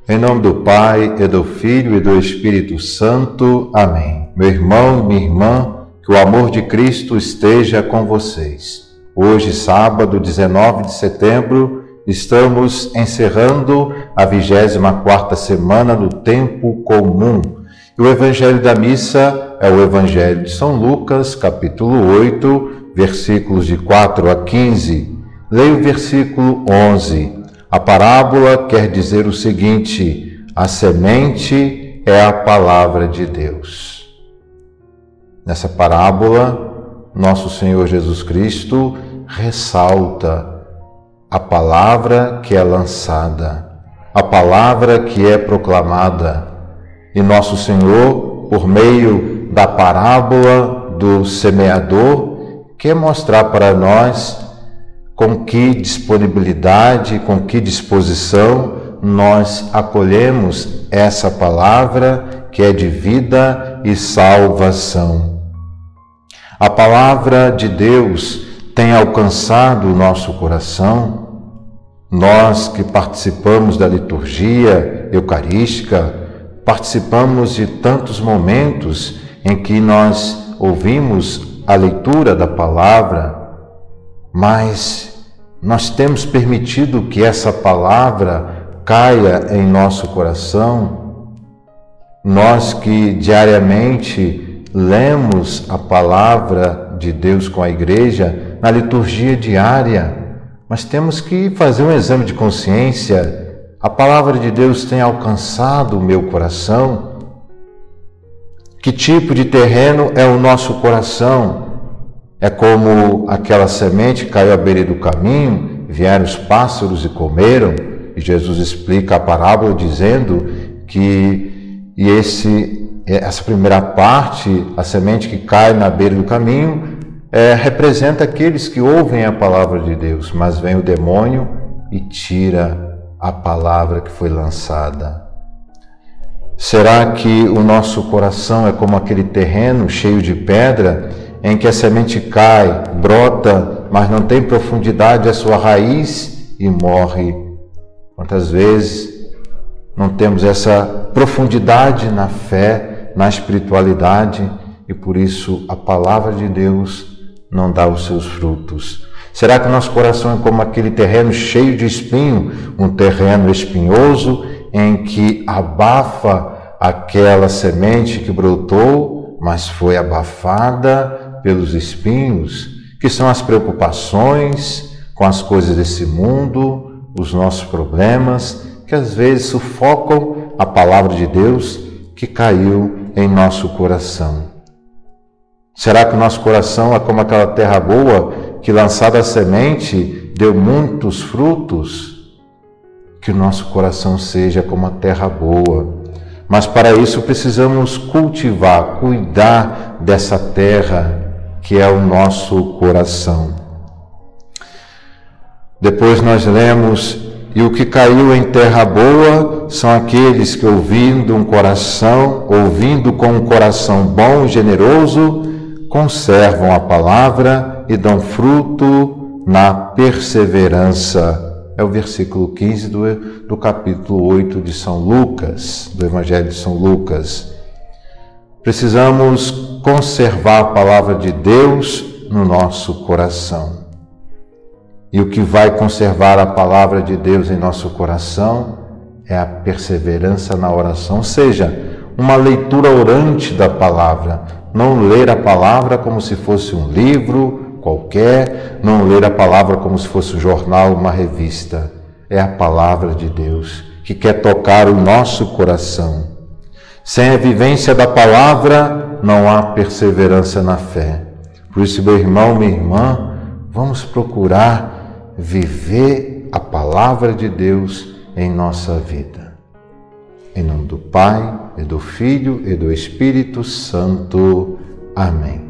Em nome do Pai, e do Filho e do Espírito Santo. Amém. Meu irmão e minha irmã, que o amor de Cristo esteja com vocês. Hoje, sábado, 19 de setembro, estamos encerrando a 24ª semana do Tempo Comum. E o Evangelho da Missa é o Evangelho de São Lucas, capítulo 8, versículos de 4 a 15. Leio o versículo 11. A parábola quer dizer o seguinte: a semente é a palavra de Deus. Nessa parábola, nosso Senhor Jesus Cristo ressalta a palavra que é lançada, a palavra que é proclamada. E nosso Senhor, por meio da parábola do semeador, quer mostrar para nós com que disponibilidade, com que disposição nós acolhemos essa palavra que é de vida e salvação. A palavra de Deus tem alcançado o nosso coração. Nós que participamos da liturgia eucarística, participamos de tantos momentos em que nós ouvimos a leitura da palavra, mas nós temos permitido que essa palavra caia em nosso coração. Nós que diariamente lemos a palavra de Deus com a igreja na liturgia diária, mas temos que fazer um exame de consciência. A palavra de Deus tem alcançado o meu coração? Que tipo de terreno é o nosso coração? É como aquela semente que caiu à beira do caminho, vieram os pássaros e comeram, e Jesus explica a parábola dizendo que essa primeira parte, a semente que cai na beira do caminho, representa aqueles que ouvem a palavra de Deus, mas vem o demônio e tira a palavra que foi lançada. Será que o nosso coração é como aquele terreno cheio de pedra, em que a semente cai, brota, mas não tem profundidade a sua raiz e morre? Quantas vezes não temos essa profundidade na fé, na espiritualidade, e por isso a palavra de Deus não dá os seus frutos? Será que o nosso coração é como aquele terreno cheio de espinho, um terreno espinhoso em que abafa aquela semente que brotou, mas foi abafada pelos espinhos, que são as preocupações com as coisas desse mundo, os nossos problemas, que às vezes sufocam a palavra de Deus que caiu em nosso coração? Será que o nosso coração é como aquela terra boa que, lançada a semente, deu muitos frutos? Que o nosso coração seja como a terra boa. Mas para isso precisamos cultivar, cuidar dessa terra que é o nosso coração. Depois nós lemos: e o que caiu em terra boa são aqueles que, ouvindo com um coração bom e generoso, conservam a palavra e dão fruto na perseverança. É o versículo 15 do capítulo 8 de São Lucas, do Evangelho de São Lucas. Precisamos conservar a palavra de Deus no nosso coração. E o que vai conservar a palavra de Deus em nosso coração é a perseverança na oração, ou seja, uma leitura orante da palavra. Não ler a palavra como se fosse um livro qualquer, não ler a palavra como se fosse um jornal, uma revista. É a palavra de Deus que quer tocar o nosso coração. Sem a vivência da palavra, não há perseverança na fé. Por isso, meu irmão, minha irmã, vamos procurar viver a palavra de Deus em nossa vida. Em nome do Pai, e do Filho, e do Espírito Santo. Amém.